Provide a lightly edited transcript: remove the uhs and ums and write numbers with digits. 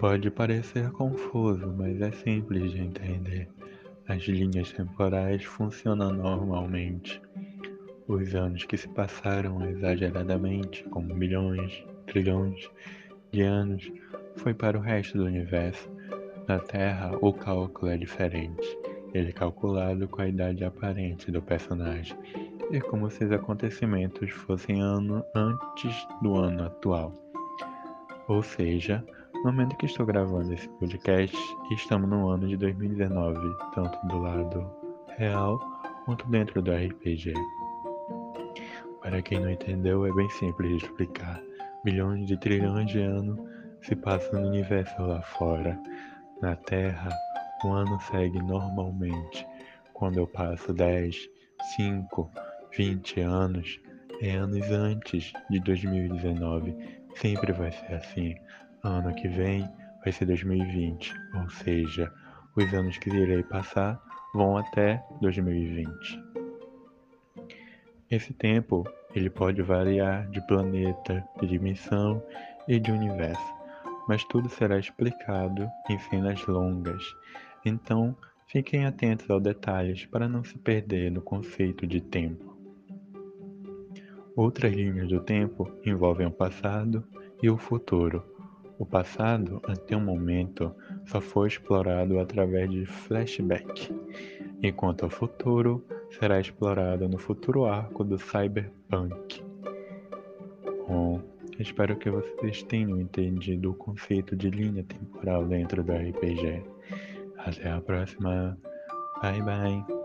Pode parecer confuso, mas é simples de entender. As linhas temporais funcionam normalmente. Os anos que se passaram exageradamente, como milhões, trilhões de anos, foi para o resto do universo. Na Terra, o cálculo é diferente. Ele é calculado com a idade aparente do personagem, e como se os acontecimentos fossem ano antes do ano atual. Ou seja, no momento que estou gravando esse podcast, estamos no ano de 2019, tanto do lado real quanto dentro do RPG. Para quem não entendeu, é bem simples de explicar. Milhões de trilhões de anos se passam no universo lá fora. Na Terra, o ano segue normalmente. Quando eu passo 10, 5, 20 anos, é anos antes de 2019. Sempre vai ser assim. Ano que vem vai ser 2020, ou seja, os anos que irei passar vão até 2020. Esse tempo ele pode variar de planeta, de dimensão e de universo, mas tudo será explicado em cenas longas. Então, fiquem atentos aos detalhes para não se perder no conceito de tempo. Outras linhas do tempo envolvem o passado e o futuro. O passado, até o momento, só foi explorado através de flashback, enquanto o futuro será explorado no futuro arco do Cyberpunk. Bom, espero que vocês tenham entendido o conceito de linha temporal dentro do RPG. Até a próxima. Bye bye.